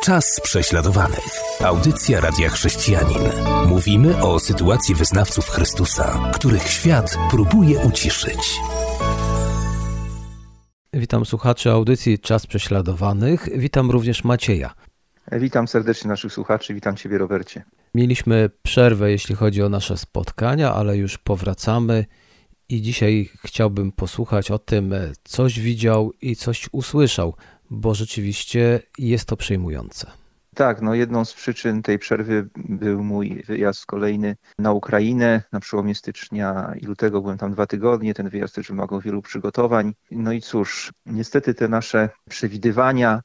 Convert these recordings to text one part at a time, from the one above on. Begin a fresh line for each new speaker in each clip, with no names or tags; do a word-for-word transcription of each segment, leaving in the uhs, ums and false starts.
Czas prześladowanych. Audycja Radia Chrześcijanin. Mówimy o sytuacji wyznawców Chrystusa, których świat próbuje uciszyć.
Witam słuchaczy audycji Czas prześladowanych. Witam również Macieja.
Witam serdecznie naszych słuchaczy. Witam Ciebie, Robercie.
Mieliśmy przerwę, jeśli chodzi o nasze spotkania, ale już powracamy i dzisiaj chciałbym posłuchać o tym, coś widział i coś usłyszał, bo rzeczywiście jest to przejmujące.
Tak, no jedną z przyczyn tej przerwy był mój wyjazd kolejny na Ukrainę na przełomie stycznia i lutego. Byłem tam dwa tygodnie. Ten wyjazd też wymagał wielu przygotowań. No i cóż, niestety te nasze przewidywania,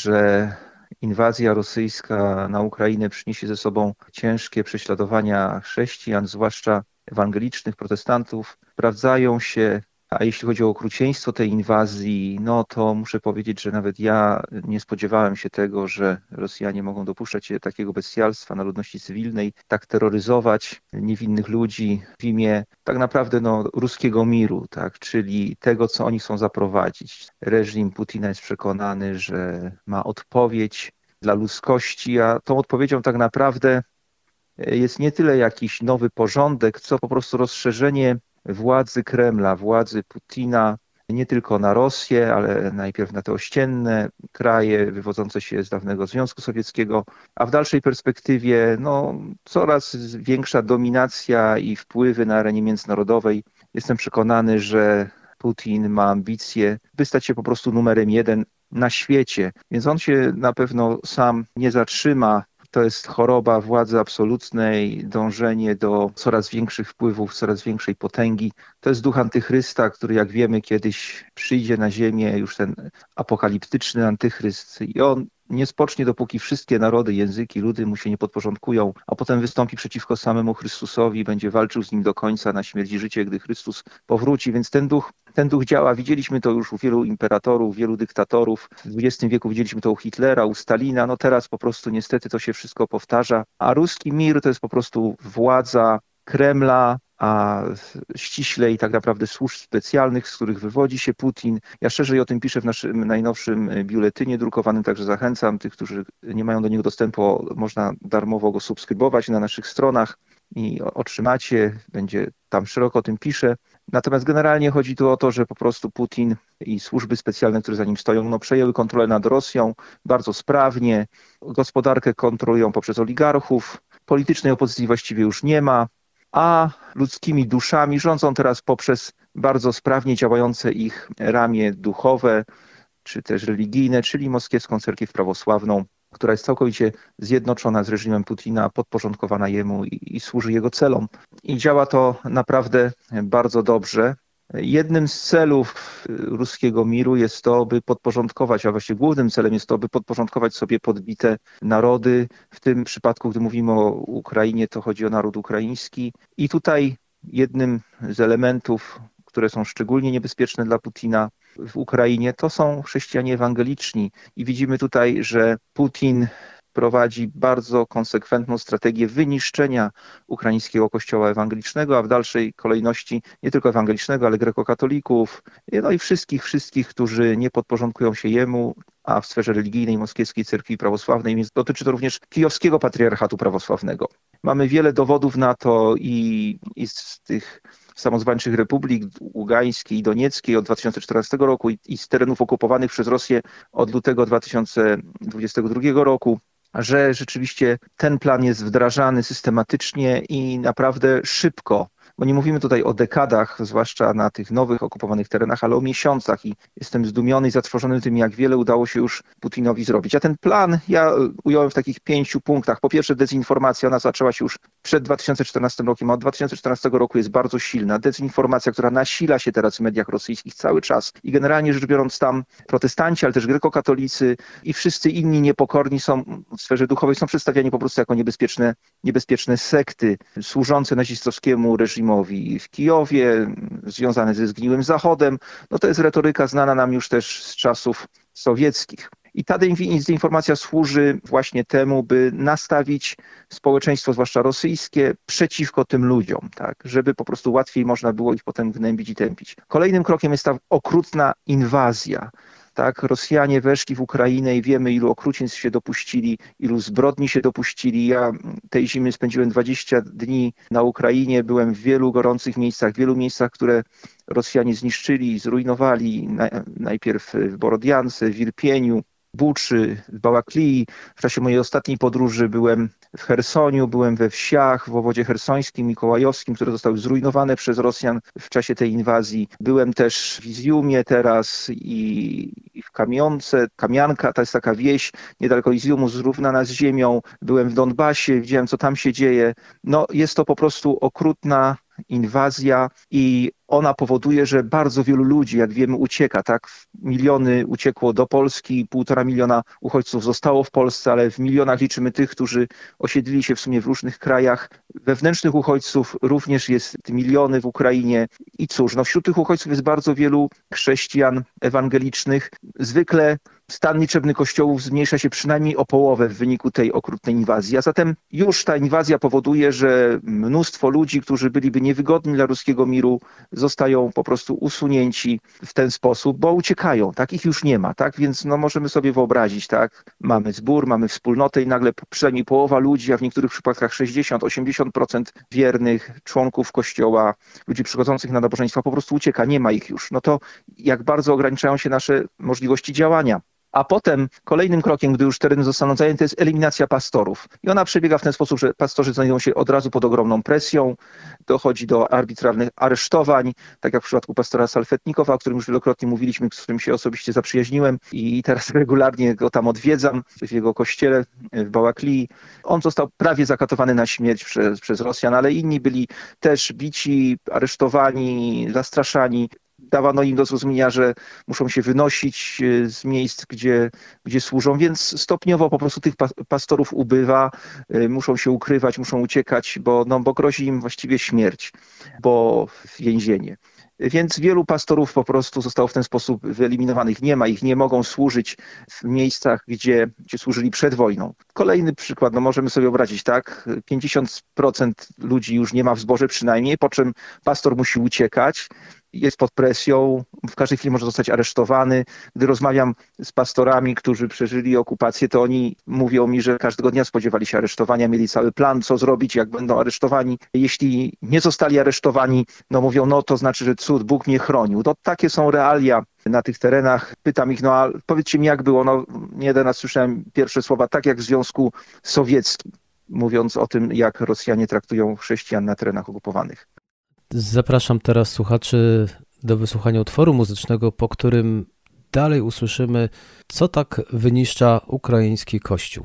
że inwazja rosyjska na Ukrainę przyniesie ze sobą ciężkie prześladowania chrześcijan, zwłaszcza ewangelicznych, protestantów, sprawdzają się. A jeśli chodzi o okrucieństwo tej inwazji, no to muszę powiedzieć, że nawet ja nie spodziewałem się tego, że Rosjanie mogą dopuszczać się takiego bestialstwa na ludności cywilnej, tak terroryzować niewinnych ludzi w imię tak naprawdę no, ruskiego miru, tak, czyli tego, co oni chcą zaprowadzić. Reżim Putina jest przekonany, że ma odpowiedź dla ludzkości, a tą odpowiedzią tak naprawdę jest nie tyle jakiś nowy porządek, co po prostu rozszerzenie władzy Kremla, władzy Putina nie tylko na Rosję, ale najpierw na te ościenne kraje wywodzące się z dawnego Związku Sowieckiego, a w dalszej perspektywie no, coraz większa dominacja i wpływy na arenie międzynarodowej. Jestem przekonany, że Putin ma ambicje, by stać się po prostu numerem jeden na świecie, więc on się na pewno sam nie zatrzyma. To jest choroba władzy absolutnej, dążenie do coraz większych wpływów, coraz większej potęgi. To jest duch antychrysta, który jak wiemy kiedyś przyjdzie na ziemię, już ten apokaliptyczny antychryst i on nie spocznie, dopóki wszystkie narody, języki, ludy mu się nie podporządkują, a potem wystąpi przeciwko samemu Chrystusowi, będzie walczył z nim do końca na śmierć i życie, gdy Chrystus powróci. Więc ten duch, ten duch działa. Widzieliśmy to już u wielu imperatorów, wielu dyktatorów. W dwudziestym wieku widzieliśmy to u Hitlera, u Stalina. No teraz po prostu niestety to się wszystko powtarza. A ruski mir to jest po prostu władza Kremla, a ściślej tak naprawdę służb specjalnych, z których wywodzi się Putin. Ja szerzej o tym piszę w naszym najnowszym biuletynie drukowanym, także zachęcam tych, którzy nie mają do niego dostępu, można darmowo go subskrybować na naszych stronach i otrzymacie, będzie tam szeroko o tym piszę. Natomiast generalnie chodzi tu o to, że po prostu Putin i służby specjalne, które za nim stoją, no, przejęły kontrolę nad Rosją bardzo sprawnie, gospodarkę kontrolują poprzez oligarchów, politycznej opozycji właściwie już nie ma, a ludzkimi duszami rządzą teraz poprzez bardzo sprawnie działające ich ramię duchowe, czy też religijne, czyli moskiewską cerkiew prawosławną, która jest całkowicie zjednoczona z reżimem Putina, podporządkowana jemu i, i służy jego celom. I działa to naprawdę bardzo dobrze. Jednym z celów ruskiego miru jest to, by podporządkować, a właściwie głównym celem jest to, by podporządkować sobie podbite narody. W tym przypadku, gdy mówimy o Ukrainie, to chodzi o naród ukraiński. I tutaj jednym z elementów, które są szczególnie niebezpieczne dla Putina w Ukrainie, to są chrześcijanie ewangeliczni. I widzimy tutaj, że Putin prowadzi bardzo konsekwentną strategię wyniszczenia ukraińskiego kościoła ewangelicznego, a w dalszej kolejności nie tylko ewangelicznego, ale grekokatolików, no i wszystkich, wszystkich, którzy nie podporządkują się jemu, a w sferze religijnej Moskiewskiej Cerkwi Prawosławnej, więc dotyczy to również Kijowskiego Patriarchatu Prawosławnego. Mamy wiele dowodów na to i, i z tych samozwańczych republik Ługańskiej i Donieckiej od dwa tysiące czternastego roku i, i z terenów okupowanych przez Rosję od lutego dwa tysiące dwudziestego drugiego roku, że rzeczywiście ten plan jest wdrażany systematycznie i naprawdę szybko, bo nie mówimy tutaj o dekadach, zwłaszcza na tych nowych okupowanych terenach, ale o miesiącach i jestem zdumiony i zatrwożony tym, jak wiele udało się już Putinowi zrobić. A ten plan ja ująłem w takich pięciu punktach. Po pierwsze, dezinformacja, ona zaczęła się już przed dwa tysiące czternastym rokiem, a od dwa tysiące czternastego roku jest bardzo silna. Dezinformacja, która nasila się teraz w mediach rosyjskich cały czas i generalnie rzecz biorąc tam protestanci, ale też grekokatolicy i wszyscy inni niepokorni są w sferze duchowej, są przedstawiani po prostu jako niebezpieczne, niebezpieczne sekty służące nazistowskiemu reżimowi w Kijowie, związane ze zgniłym Zachodem. No to jest retoryka znana nam już też z czasów sowieckich. I ta dezinformacja służy właśnie temu, by nastawić społeczeństwo, zwłaszcza rosyjskie, przeciwko tym ludziom, tak, żeby po prostu łatwiej można było ich potem gnębić i tępić. Kolejnym krokiem jest ta okrutna inwazja. Tak, Rosjanie weszli w Ukrainę i wiemy, ilu okrucieństw się dopuścili, ilu zbrodni się dopuścili. Ja tej zimy spędziłem dwadzieścia dni na Ukrainie, byłem w wielu gorących miejscach, w wielu miejscach, które Rosjanie zniszczyli, zrujnowali. Najpierw w Borodjance, w Irpieniu, Buczy, w Bałaklii. W czasie mojej ostatniej podróży byłem w Chersoniu, byłem we wsiach w obwodzie chersońskim, mikołajowskim, które zostały zrujnowane przez Rosjan w czasie tej inwazji. Byłem też w Izjumie teraz i w Kamionce. Kamianka to jest taka wieś niedaleko Izjumu, zrównana z ziemią. Byłem w Donbasie, widziałem, co tam się dzieje. No, jest to po prostu okrutna inwazja i ona powoduje, że bardzo wielu ludzi, jak wiemy, ucieka, tak? Miliony uciekło do Polski, półtora miliona uchodźców zostało w Polsce, ale w milionach liczymy tych, którzy osiedlili się w sumie w różnych krajach. Wewnętrznych uchodźców również jest miliony w Ukrainie. I cóż, no wśród tych uchodźców jest bardzo wielu chrześcijan ewangelicznych. Zwykle stan liczebny kościołów zmniejsza się przynajmniej o połowę w wyniku tej okrutnej inwazji. A zatem już ta inwazja powoduje, że mnóstwo ludzi, którzy byliby niewygodni dla ruskiego miru, zostają po prostu usunięci w ten sposób, bo uciekają, tak? Ich już nie ma, tak? Więc no możemy sobie wyobrazić, tak? Mamy zbór, mamy wspólnotę i nagle przynajmniej połowa ludzi, a w niektórych przypadkach sześćdziesiąt do osiemdziesięciu procent wiernych członków kościoła, ludzi przychodzących na nabożeństwa po prostu ucieka, nie ma ich już. No to jak bardzo ograniczają się nasze możliwości działania. A potem kolejnym krokiem, gdy już tereny zostaną zajęte, jest eliminacja pastorów. I ona przebiega w ten sposób, że pastorzy znajdują się od razu pod ogromną presją, dochodzi do arbitralnych aresztowań, tak jak w przypadku pastora Salfetnikowa, o którym już wielokrotnie mówiliśmy, z którym się osobiście zaprzyjaźniłem i teraz regularnie go tam odwiedzam w jego kościele w Bałaklii. On został prawie zakatowany na śmierć przez, przez Rosjan, ale inni byli też bici, aresztowani, zastraszani. Dawano im do zrozumienia, że muszą się wynosić z miejsc, gdzie, gdzie służą, więc stopniowo po prostu tych pastorów ubywa, muszą się ukrywać, muszą uciekać, bo, no, bo grozi im właściwie śmierć, bo więzienie. Więc wielu pastorów po prostu zostało w ten sposób wyeliminowanych. Nie ma ich, nie mogą służyć w miejscach, gdzie, gdzie służyli przed wojną. Kolejny przykład, no możemy sobie wyobrazić, tak? pięćdziesiąt procent ludzi już nie ma w zborze przynajmniej, po czym pastor musi uciekać. Jest pod presją, w każdej chwili może zostać aresztowany. Gdy rozmawiam z pastorami, którzy przeżyli okupację, to oni mówią mi, że każdego dnia spodziewali się aresztowania, mieli cały plan, co zrobić, jak będą aresztowani. Jeśli nie zostali aresztowani, no mówią, no to znaczy, że cud, Bóg mnie chronił. No takie są realia na tych terenach. Pytam ich, no a powiedzcie mi, jak było? No nie jeden raz słyszałem pierwsze słowa, tak jak w Związku Sowieckim, mówiąc o tym, jak Rosjanie traktują chrześcijan na terenach okupowanych.
Zapraszam teraz słuchaczy do wysłuchania utworu muzycznego, po którym dalej usłyszymy, co tak wyniszcza ukraiński kościół.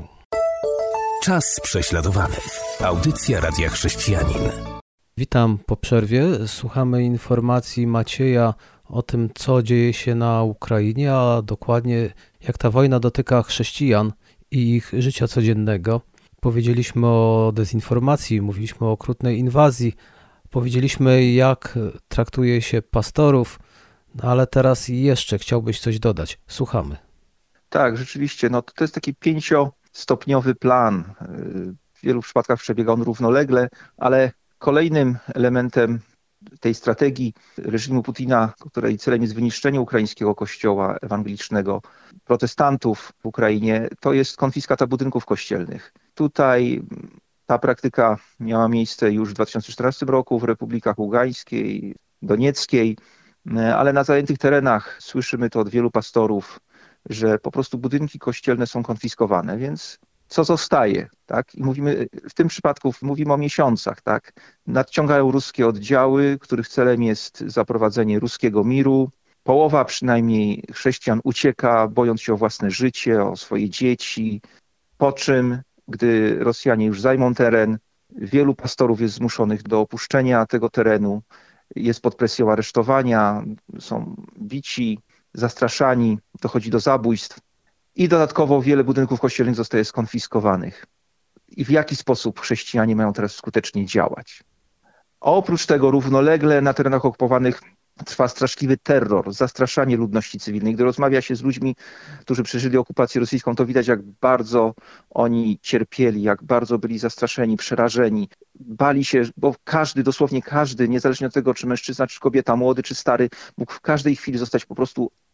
Czas prześladowany. Audycja Radia Chrześcijanin.
Witam po przerwie. Słuchamy informacji Macieja o tym, co dzieje się na Ukrainie, a dokładnie jak ta wojna dotyka chrześcijan i ich życia codziennego. Powiedzieliśmy o dezinformacji, mówiliśmy o okrutnej inwazji, powiedzieliśmy, jak traktuje się pastorów, no ale teraz jeszcze chciałbyś coś dodać. Słuchamy.
Tak, rzeczywiście. No to jest taki pięciostopniowy plan. W wielu przypadkach przebiega on równolegle, ale kolejnym elementem tej strategii reżimu Putina, której celem jest wyniszczenie ukraińskiego kościoła ewangelicznego, protestantów w Ukrainie, to jest konfiskata budynków kościelnych. Tutaj ta praktyka miała miejsce już w dwa tysiące czternastym roku w republikach Ługańskiej, Donieckiej, ale na zajętych terenach słyszymy to od wielu pastorów, że po prostu budynki kościelne są konfiskowane, więc co zostaje, tak? I mówimy, w tym przypadku mówimy o miesiącach, tak? Nadciągają ruskie oddziały, których celem jest zaprowadzenie ruskiego miru. Połowa przynajmniej chrześcijan ucieka, bojąc się o własne życie, o swoje dzieci, po czym, gdy Rosjanie już zajmą teren, wielu pastorów jest zmuszonych do opuszczenia tego terenu, jest pod presją aresztowania, są bici, zastraszani, dochodzi do zabójstw i dodatkowo wiele budynków kościelnych zostaje skonfiskowanych. I w jaki sposób chrześcijanie mają teraz skutecznie działać? Oprócz tego równolegle na terenach okupowanych trwa straszliwy terror, zastraszanie ludności cywilnej. Gdy rozmawia się z ludźmi, którzy przeżyli okupację rosyjską, to widać, jak bardzo oni cierpieli, jak bardzo byli zastraszeni, przerażeni. Bali się, bo każdy, dosłownie każdy, niezależnie od tego, czy mężczyzna, czy kobieta, młody, czy stary, mógł w każdej chwili zostać po prostu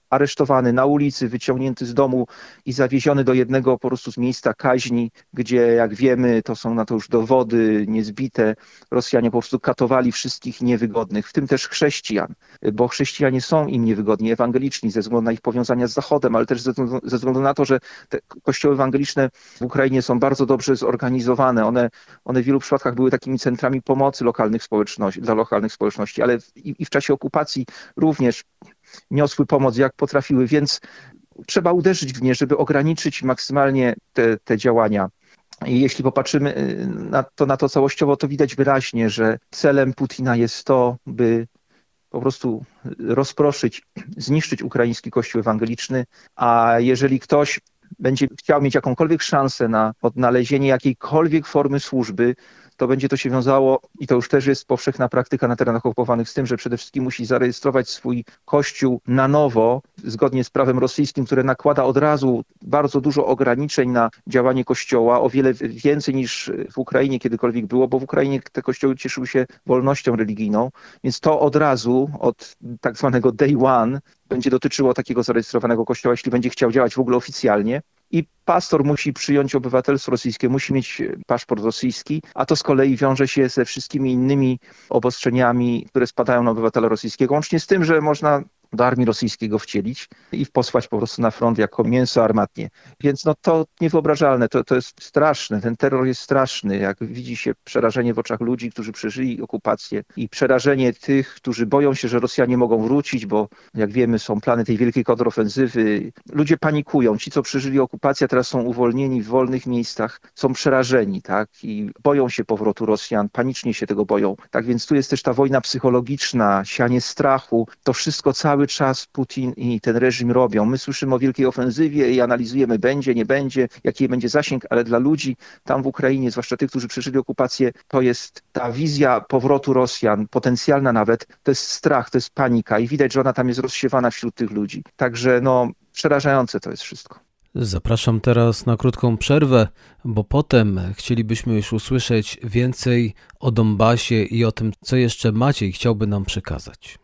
aresztowany na ulicy, wyciągnięty z domu i zawieziony do jednego po prostu z miejsca kaźni, gdzie jak wiemy, to są na to już dowody niezbite. Rosjanie po prostu katowali wszystkich niewygodnych, w tym też chrześcijan, bo chrześcijanie są im niewygodni, ewangeliczni ze względu na ich powiązania z Zachodem, ale też ze względu, ze względu na to, że te kościoły ewangeliczne w Ukrainie są bardzo dobrze zorganizowane. One, one w wielu przypadkach były takimi centrami pomocy lokalnych społeczności, dla lokalnych społeczności, ale w, i, i w czasie okupacji również niosły pomoc jak potrafiły, więc trzeba uderzyć w nie, żeby ograniczyć maksymalnie te, te działania. I jeśli popatrzymy na to, na to całościowo, to widać wyraźnie, że celem Putina jest to, by po prostu rozproszyć, zniszczyć ukraiński kościół ewangeliczny, a jeżeli ktoś będzie chciał mieć jakąkolwiek szansę na odnalezienie jakiejkolwiek formy służby, to będzie to się wiązało, i to już też jest powszechna praktyka na terenach okupowanych, z tym, że przede wszystkim musi zarejestrować swój kościół na nowo, zgodnie z prawem rosyjskim, które nakłada od razu bardzo dużo ograniczeń na działanie kościoła, o wiele więcej niż w Ukrainie kiedykolwiek było, bo w Ukrainie te kościoły cieszyły się wolnością religijną, więc to od razu, od tak zwanego day one, będzie dotyczyło takiego zarejestrowanego kościoła, jeśli będzie chciał działać w ogóle oficjalnie. I pastor musi przyjąć obywatelstwo rosyjskie, musi mieć paszport rosyjski, a to z kolei wiąże się ze wszystkimi innymi obostrzeniami, które spadają na obywatela rosyjskiego, łącznie z tym, że można do armii rosyjskiego wcielić i posłać po prostu na front jako mięso armatnie. Więc no to niewyobrażalne, to, to jest straszne, ten terror jest straszny, jak widzi się przerażenie w oczach ludzi, którzy przeżyli okupację i przerażenie tych, którzy boją się, że Rosjanie mogą wrócić, bo jak wiemy są plany tej wielkiej kontrofensywy. Ludzie panikują, ci co przeżyli okupację teraz są uwolnieni w wolnych miejscach, są przerażeni, tak, i boją się powrotu Rosjan, panicznie się tego boją. Tak więc tu jest też ta wojna psychologiczna, sianie strachu, to wszystko cały Cały czas Putin i ten reżim robią. My słyszymy o wielkiej ofensywie i analizujemy, będzie, nie będzie, jaki będzie zasięg, ale dla ludzi tam w Ukrainie, zwłaszcza tych, którzy przeżyli okupację, to jest ta wizja powrotu Rosjan, potencjalna nawet, to jest strach, to jest panika i widać, że ona tam jest rozsiewana wśród tych ludzi. Także no, przerażające to jest wszystko.
Zapraszam teraz na krótką przerwę, bo potem chcielibyśmy już usłyszeć więcej o Donbasie i o tym, co jeszcze Maciej chciałby nam przekazać.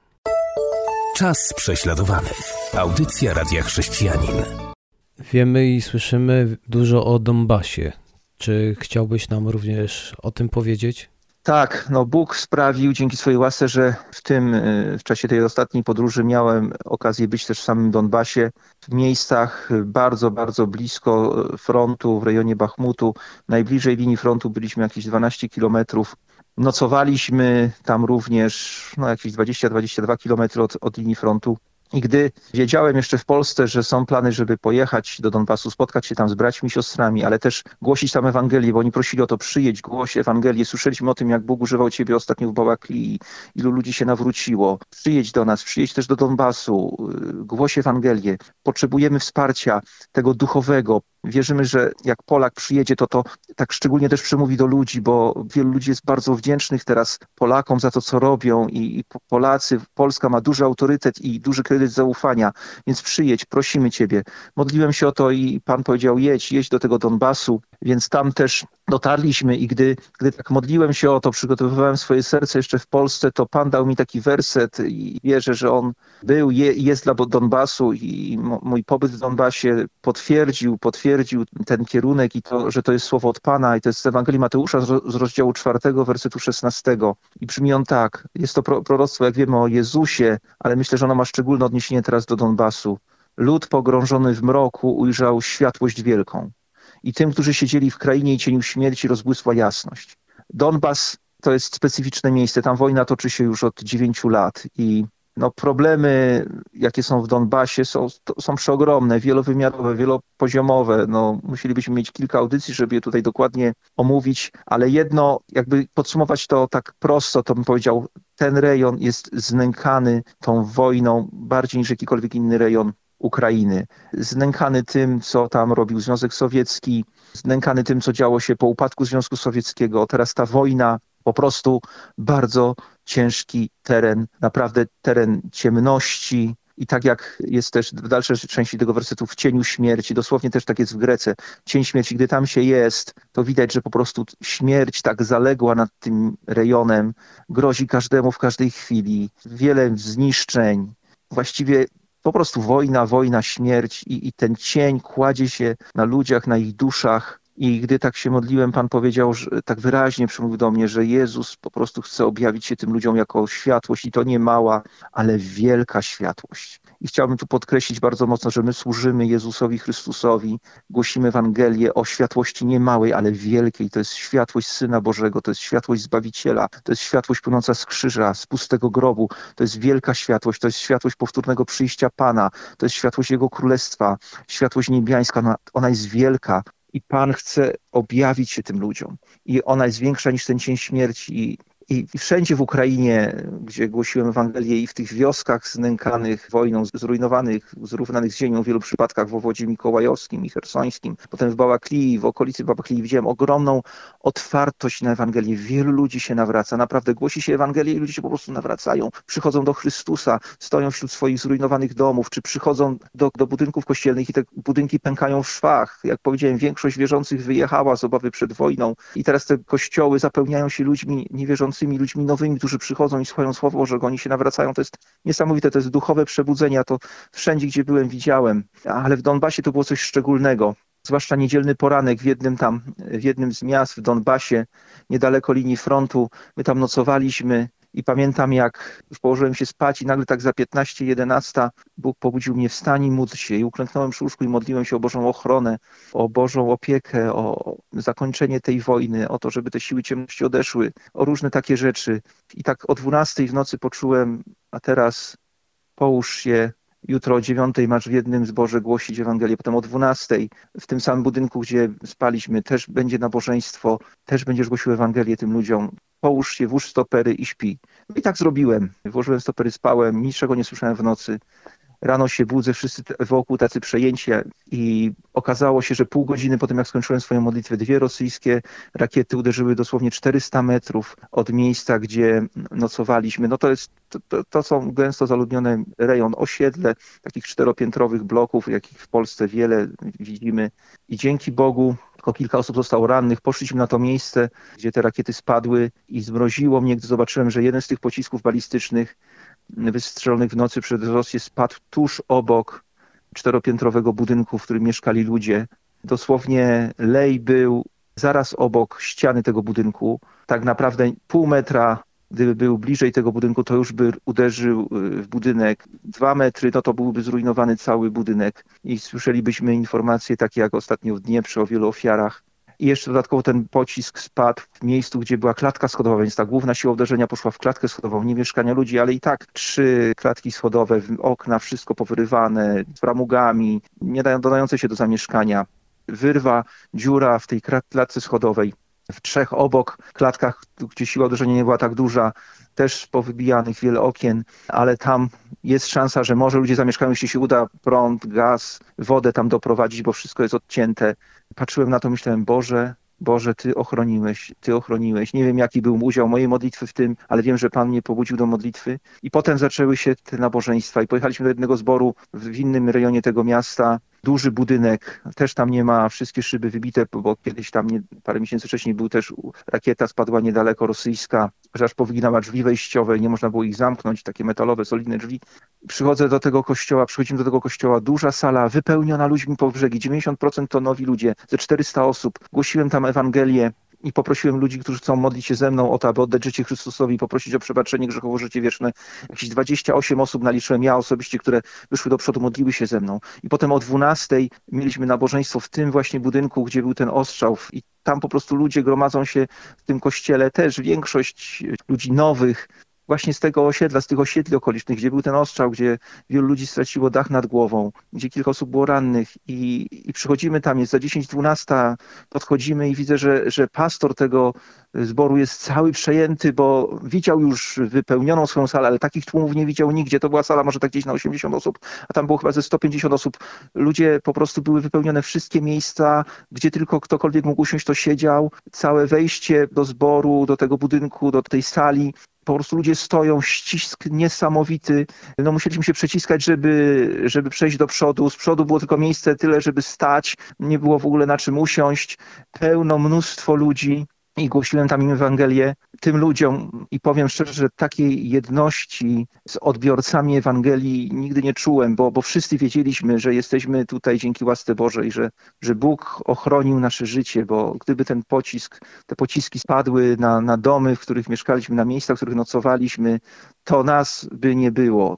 Czas prześladowanych. Audycja Radia Chrześcijanin.
Wiemy i słyszymy dużo o Donbasie. Czy chciałbyś nam również o tym powiedzieć?
Tak, no Bóg sprawił dzięki swojej łasce, że w tym, w czasie tej ostatniej podróży miałem okazję być też w samym Donbasie, w miejscach bardzo, bardzo blisko frontu, w rejonie Bachmutu. Najbliżej linii frontu byliśmy jakieś dwanaście kilometrów. Nocowaliśmy tam również no, jakieś dwadzieścia do dwudziestu dwóch kilometrów od, od linii frontu. I gdy wiedziałem jeszcze w Polsce, że są plany, żeby pojechać do Donbasu, spotkać się tam z braćmi, siostrami, ale też głosić tam Ewangelię, bo oni prosili o to, przyjedź, głoś Ewangelię. Słyszeliśmy o tym, jak Bóg używał Ciebie ostatnio w Bałakli, ilu ludzi się nawróciło. Przyjedź do nas, przyjedź też do Donbasu, głoś Ewangelię. Potrzebujemy wsparcia tego duchowego. Wierzymy, że jak Polak przyjedzie, to to tak szczególnie też przemówi do ludzi, bo wielu ludzi jest bardzo wdzięcznych teraz Polakom za to, co robią i, i Polacy, Polska ma duży autorytet i duży kredyt zaufania, więc przyjedź, prosimy Ciebie. Modliłem się o to i Pan powiedział, jedź, jedź do tego Donbasu, więc tam też dotarliśmy i gdy, gdy tak modliłem się o to, przygotowywałem swoje serce jeszcze w Polsce, to Pan dał mi taki werset i wierzę, że on był i je, jest dla Donbasu i mój pobyt w Donbasie potwierdził, potwierdził ten kierunek i to, że to jest słowo od Pana i to jest z Ewangelii Mateusza z rozdziału czwartego, wersetu szesnastego. I brzmi on tak, jest to proroctwo, jak wiemy, o Jezusie, ale myślę, że ono ma szczególne odniesienie teraz do Donbasu. Lud pogrążony w mroku ujrzał światłość wielką. I tym, którzy siedzieli w krainie i cieniu śmierci, rozbłysła jasność. Donbas to jest specyficzne miejsce. Tam wojna toczy się już od dziewięciu lat i no, problemy, jakie są w Donbasie, są, są przeogromne, wielowymiarowe, wielopoziomowe. No, musielibyśmy mieć kilka audycji, żeby je tutaj dokładnie omówić, ale jedno, jakby podsumować to tak prosto, to bym powiedział, ten rejon jest znękany tą wojną bardziej niż jakikolwiek inny rejon Ukrainy. Znękany tym, co tam robił Związek Sowiecki, znękany tym, co działo się po upadku Związku Sowieckiego. Teraz ta wojna, po prostu bardzo ciężki teren, naprawdę teren ciemności. I tak jak jest też w dalszej części tego wersetu w cieniu śmierci, dosłownie też tak jest w Grece, cień śmierci, gdy tam się jest, to widać, że po prostu śmierć tak zaległa nad tym rejonem, grozi każdemu w każdej chwili, wiele zniszczeń. Właściwie po prostu wojna, wojna, śmierć i, i ten cień kładzie się na ludziach, na ich duszach. I gdy tak się modliłem, Pan powiedział, że tak wyraźnie przemówił do mnie, że Jezus po prostu chce objawić się tym ludziom jako światłość i to nie mała, ale wielka światłość. I chciałbym tu podkreślić bardzo mocno, że my służymy Jezusowi Chrystusowi, głosimy Ewangelię o światłości nie małej, ale wielkiej. To jest światłość Syna Bożego, to jest światłość Zbawiciela, to jest światłość płynąca z krzyża, z pustego grobu, to jest wielka światłość, to jest światłość powtórnego przyjścia Pana, to jest światłość Jego Królestwa, światłość niebiańska, ona, ona jest wielka. I Pan chce objawić się tym ludziom. I ona jest większa niż ten cień śmierci. I, I wszędzie w Ukrainie, gdzie głosiłem Ewangelię i w tych wioskach znękanych wojną, zrujnowanych, zrównanych z ziemią w wielu przypadkach w obwodzie mikołajowskim i chersońskim, potem w Bałaklii, w okolicy Bałaklii widziałem ogromną otwartość na Ewangelię. Wielu ludzi się nawraca. Naprawdę głosi się Ewangelię i ludzie się po prostu nawracają. Przychodzą do Chrystusa, stoją wśród swoich zrujnowanych domów, czy przychodzą do, do budynków kościelnych i te budynki pękają w szwach. Jak powiedziałem, większość wierzących wyjechała z obawy przed wojną i teraz te kościoły zapełniają się ludźmi niewierzącymi, ludźmi nowymi, którzy przychodzą i słuchają Słowa Bożego, oni się nawracają. To jest niesamowite, to jest duchowe przebudzenie. Ja to wszędzie, gdzie byłem, widziałem. Ale w Donbasie to było coś szczególnego. Zwłaszcza niedzielny poranek w jednym tam, w jednym z miast w Donbasie, niedaleko linii frontu. My tam nocowaliśmy i pamiętam, jak już położyłem się spać i nagle tak za piętnaście jedenaście Bóg pobudził mnie: wstań i módl się. I uklęknąłem przy łóżku i modliłem się o Bożą ochronę, o Bożą opiekę, o zakończenie tej wojny, o to, żeby te siły ciemności odeszły, o różne takie rzeczy. I tak o dwunastej w nocy poczułem: a teraz połóż się, jutro o dziewiątej masz w jednym zborze głosić Ewangelię, potem o dwunastej w tym samym budynku, gdzie spaliśmy, też będzie nabożeństwo, też będziesz głosił Ewangelię tym ludziom. Połóż się, włóż stopery i śpi. No i tak zrobiłem. Włożyłem stopery, spałem, niczego nie słyszałem w nocy. Rano się budzę, wszyscy wokół tacy przejęci i okazało się, że pół godziny po tym, jak skończyłem swoją modlitwę, dwie rosyjskie rakiety uderzyły dosłownie czterysta metrów od miejsca, gdzie nocowaliśmy. No to jest, to, to, to są gęsto zaludnione rejon, osiedle takich czteropiętrowych bloków, jakich w Polsce wiele widzimy. I dzięki Bogu tylko kilka osób zostało rannych. Poszliśmy na to miejsce, gdzie te rakiety spadły i zmroziło mnie, gdy zobaczyłem, że jeden z tych pocisków balistycznych wystrzelonych w nocy przez Rosję spadł tuż obok czteropiętrowego budynku, w którym mieszkali ludzie. Dosłownie lej był zaraz obok ściany tego budynku. Tak naprawdę pół metra, gdyby był bliżej tego budynku, to już by uderzył w budynek. Dwa metry, no to byłby zrujnowany cały budynek. I słyszelibyśmy informacje takie jak ostatnio w Dnieprze o wielu ofiarach. I jeszcze dodatkowo ten pocisk spadł w miejscu, gdzie była klatka schodowa, więc ta główna siła uderzenia poszła w klatkę schodową, nie mieszkania ludzi, ale i tak trzy klatki schodowe, okna, wszystko powyrywane, z framugami, nie dodające się do zamieszkania. Wyrwa, dziura w tej klatce schodowej. W trzech obok klatkach, gdzie siła uderzenia nie była tak duża, też powybijanych wiele okien, ale tam jest szansa, że może ludzie zamieszkają, jeśli się uda prąd, gaz, wodę tam doprowadzić, bo wszystko jest odcięte. Patrzyłem na to, myślałem: Boże, Boże, Ty ochroniłeś, Ty ochroniłeś. Nie wiem, jaki był udział mojej modlitwy w tym, ale wiem, że Pan mnie pobudził do modlitwy. I potem zaczęły się te nabożeństwa i pojechaliśmy do jednego zboru w innym rejonie tego miasta. Duży budynek, też tam nie ma, wszystkie szyby wybite, bo kiedyś tam nie, parę miesięcy wcześniej był też rakieta, spadła niedaleko rosyjska, że aż powyginała drzwi wejściowe i nie można było ich zamknąć, takie metalowe, solidne drzwi. Przychodzę do tego kościoła, przychodzimy do tego kościoła, duża sala, wypełniona ludźmi po brzegi, dziewięćdziesiąt procent to nowi ludzie, ze czterysta osób. Głosiłem tam Ewangelię i poprosiłem ludzi, którzy chcą modlić się ze mną o to, aby oddać życie Chrystusowi, poprosić o przebaczenie grzechów, o życie wieczne. Jakieś dwadzieścia osiem osób naliczyłem ja osobiście, które wyszły do przodu, modliły się ze mną. I potem o dwunastej mieliśmy nabożeństwo w tym właśnie budynku, gdzie był ten ostrzał. I tam po prostu ludzie gromadzą się w tym kościele, też większość ludzi nowych, właśnie z tego osiedla, z tych osiedli okolicznych, gdzie był ten ostrzał, gdzie wielu ludzi straciło dach nad głową, gdzie kilka osób było rannych i, i przychodzimy tam, jest za dziesięć dwanaście, podchodzimy i widzę, że, że pastor tego zboru jest cały przejęty, bo widział już wypełnioną swoją salę, ale takich tłumów nie widział nigdzie. To była sala może tak gdzieś na osiemdziesiąt osób, a tam było chyba ze sto pięćdziesiąt osób. Ludzie po prostu były wypełnione, wszystkie miejsca, gdzie tylko ktokolwiek mógł usiąść, to siedział. Całe wejście do zboru, do tego budynku, do tej sali, po prostu ludzie stoją, ścisk niesamowity. No musieliśmy się przeciskać, żeby, żeby przejść do przodu. Z przodu było tylko miejsce tyle, żeby stać. Nie było w ogóle na czym usiąść. Pełno, mnóstwo ludzi. I głosiłem tam im Ewangelię. tym ludziom i powiem szczerze, że takiej jedności z odbiorcami Ewangelii nigdy nie czułem, bo, bo wszyscy wiedzieliśmy, że jesteśmy tutaj dzięki łasce Bożej, że, że Bóg ochronił nasze życie, bo gdyby ten pocisk, te pociski spadły na, na domy, w których mieszkaliśmy, na miejsca, w których nocowaliśmy, to nas by nie było.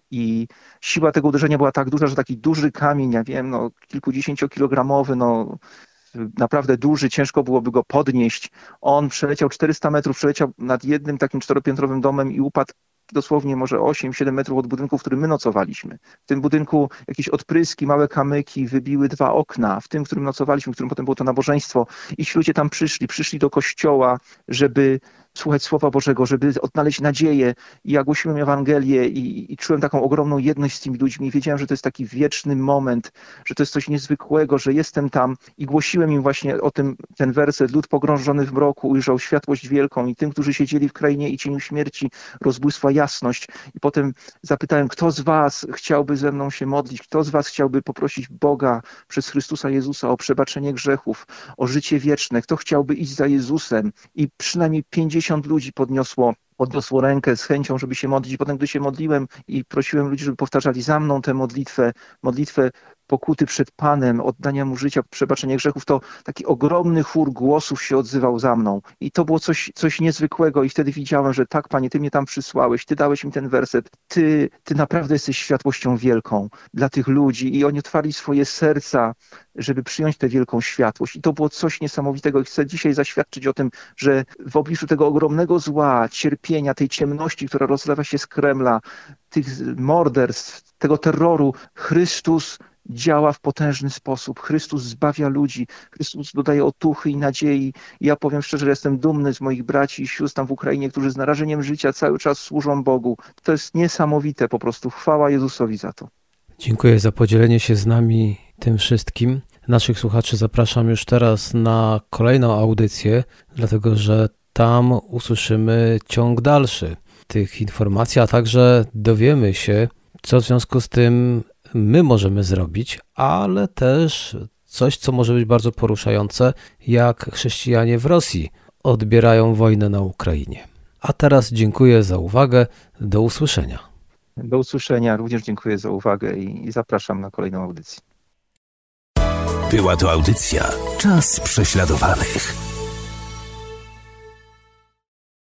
I siła tego uderzenia była tak duża, że taki duży kamień, ja wiem, no kilkudziesięciokilogramowy, no naprawdę duży, ciężko byłoby go podnieść. On przeleciał czterysta metrów, przeleciał nad jednym takim czteropiętrowym domem i upadł dosłownie może osiem siedem metrów od budynku, w którym my nocowaliśmy. W tym budynku jakieś odpryski, małe kamyki wybiły dwa okna, w tym, w którym nocowaliśmy, w którym potem było to nabożeństwo. I ci ludzie tam przyszli, przyszli do kościoła, żeby słuchać Słowa Bożego, żeby odnaleźć nadzieję. I ja głosiłem Ewangelię i, i czułem taką ogromną jedność z tymi ludźmi. I wiedziałem, że to jest taki wieczny moment, że to jest coś niezwykłego, że jestem tam. I głosiłem im właśnie o tym, ten werset. Lud pogrążony w mroku ujrzał światłość wielką i tym, którzy siedzieli w krainie i cieniu śmierci, rozbłysła jasność. I potem zapytałem, kto z was chciałby ze mną się modlić? Kto z was chciałby poprosić Boga przez Chrystusa Jezusa o przebaczenie grzechów, o życie wieczne? Kto chciałby iść za Jezusem? I przynajmniej pięćdziesiąt ludzi podniosło, podniosło rękę z chęcią, żeby się modlić. I potem, gdy się modliłem i prosiłem ludzi, żeby powtarzali za mną tę modlitwę, modlitwę pokuty przed Panem, oddania Mu życia, przebaczenia grzechów, to taki ogromny chór głosów się odzywał za mną. I to było coś, coś niezwykłego i wtedy widziałem, że tak, Panie, Ty mnie tam przysłałeś, Ty dałeś mi ten werset, Ty, ty naprawdę jesteś światłością wielką dla tych ludzi i oni otwarli swoje serca, żeby przyjąć tę wielką światłość. I to było coś niesamowitego i chcę dzisiaj zaświadczyć o tym, że w obliczu tego ogromnego zła, cierpienia, tej ciemności, która rozlewa się z Kremla, tych morderstw, tego terroru, Chrystus działa w potężny sposób. Chrystus zbawia ludzi. Chrystus dodaje otuchy i nadziei. I ja powiem szczerze, że jestem dumny z moich braci i sióstr tam w Ukrainie, którzy z narażeniem życia cały czas służą Bogu. To jest niesamowite po prostu. Chwała Jezusowi za to.
Dziękuję za podzielenie się z nami tym wszystkim. Naszych słuchaczy zapraszam już teraz na kolejną audycję, dlatego że tam usłyszymy ciąg dalszy tych informacji, a także dowiemy się, co w związku z tym my możemy zrobić, ale też coś, co może być bardzo poruszające, jak chrześcijanie w Rosji odbierają wojnę na Ukrainie. A teraz dziękuję za uwagę. Do usłyszenia.
Do usłyszenia. Również dziękuję za uwagę i zapraszam na kolejną audycję.
Była to audycja Czas prześladowanych.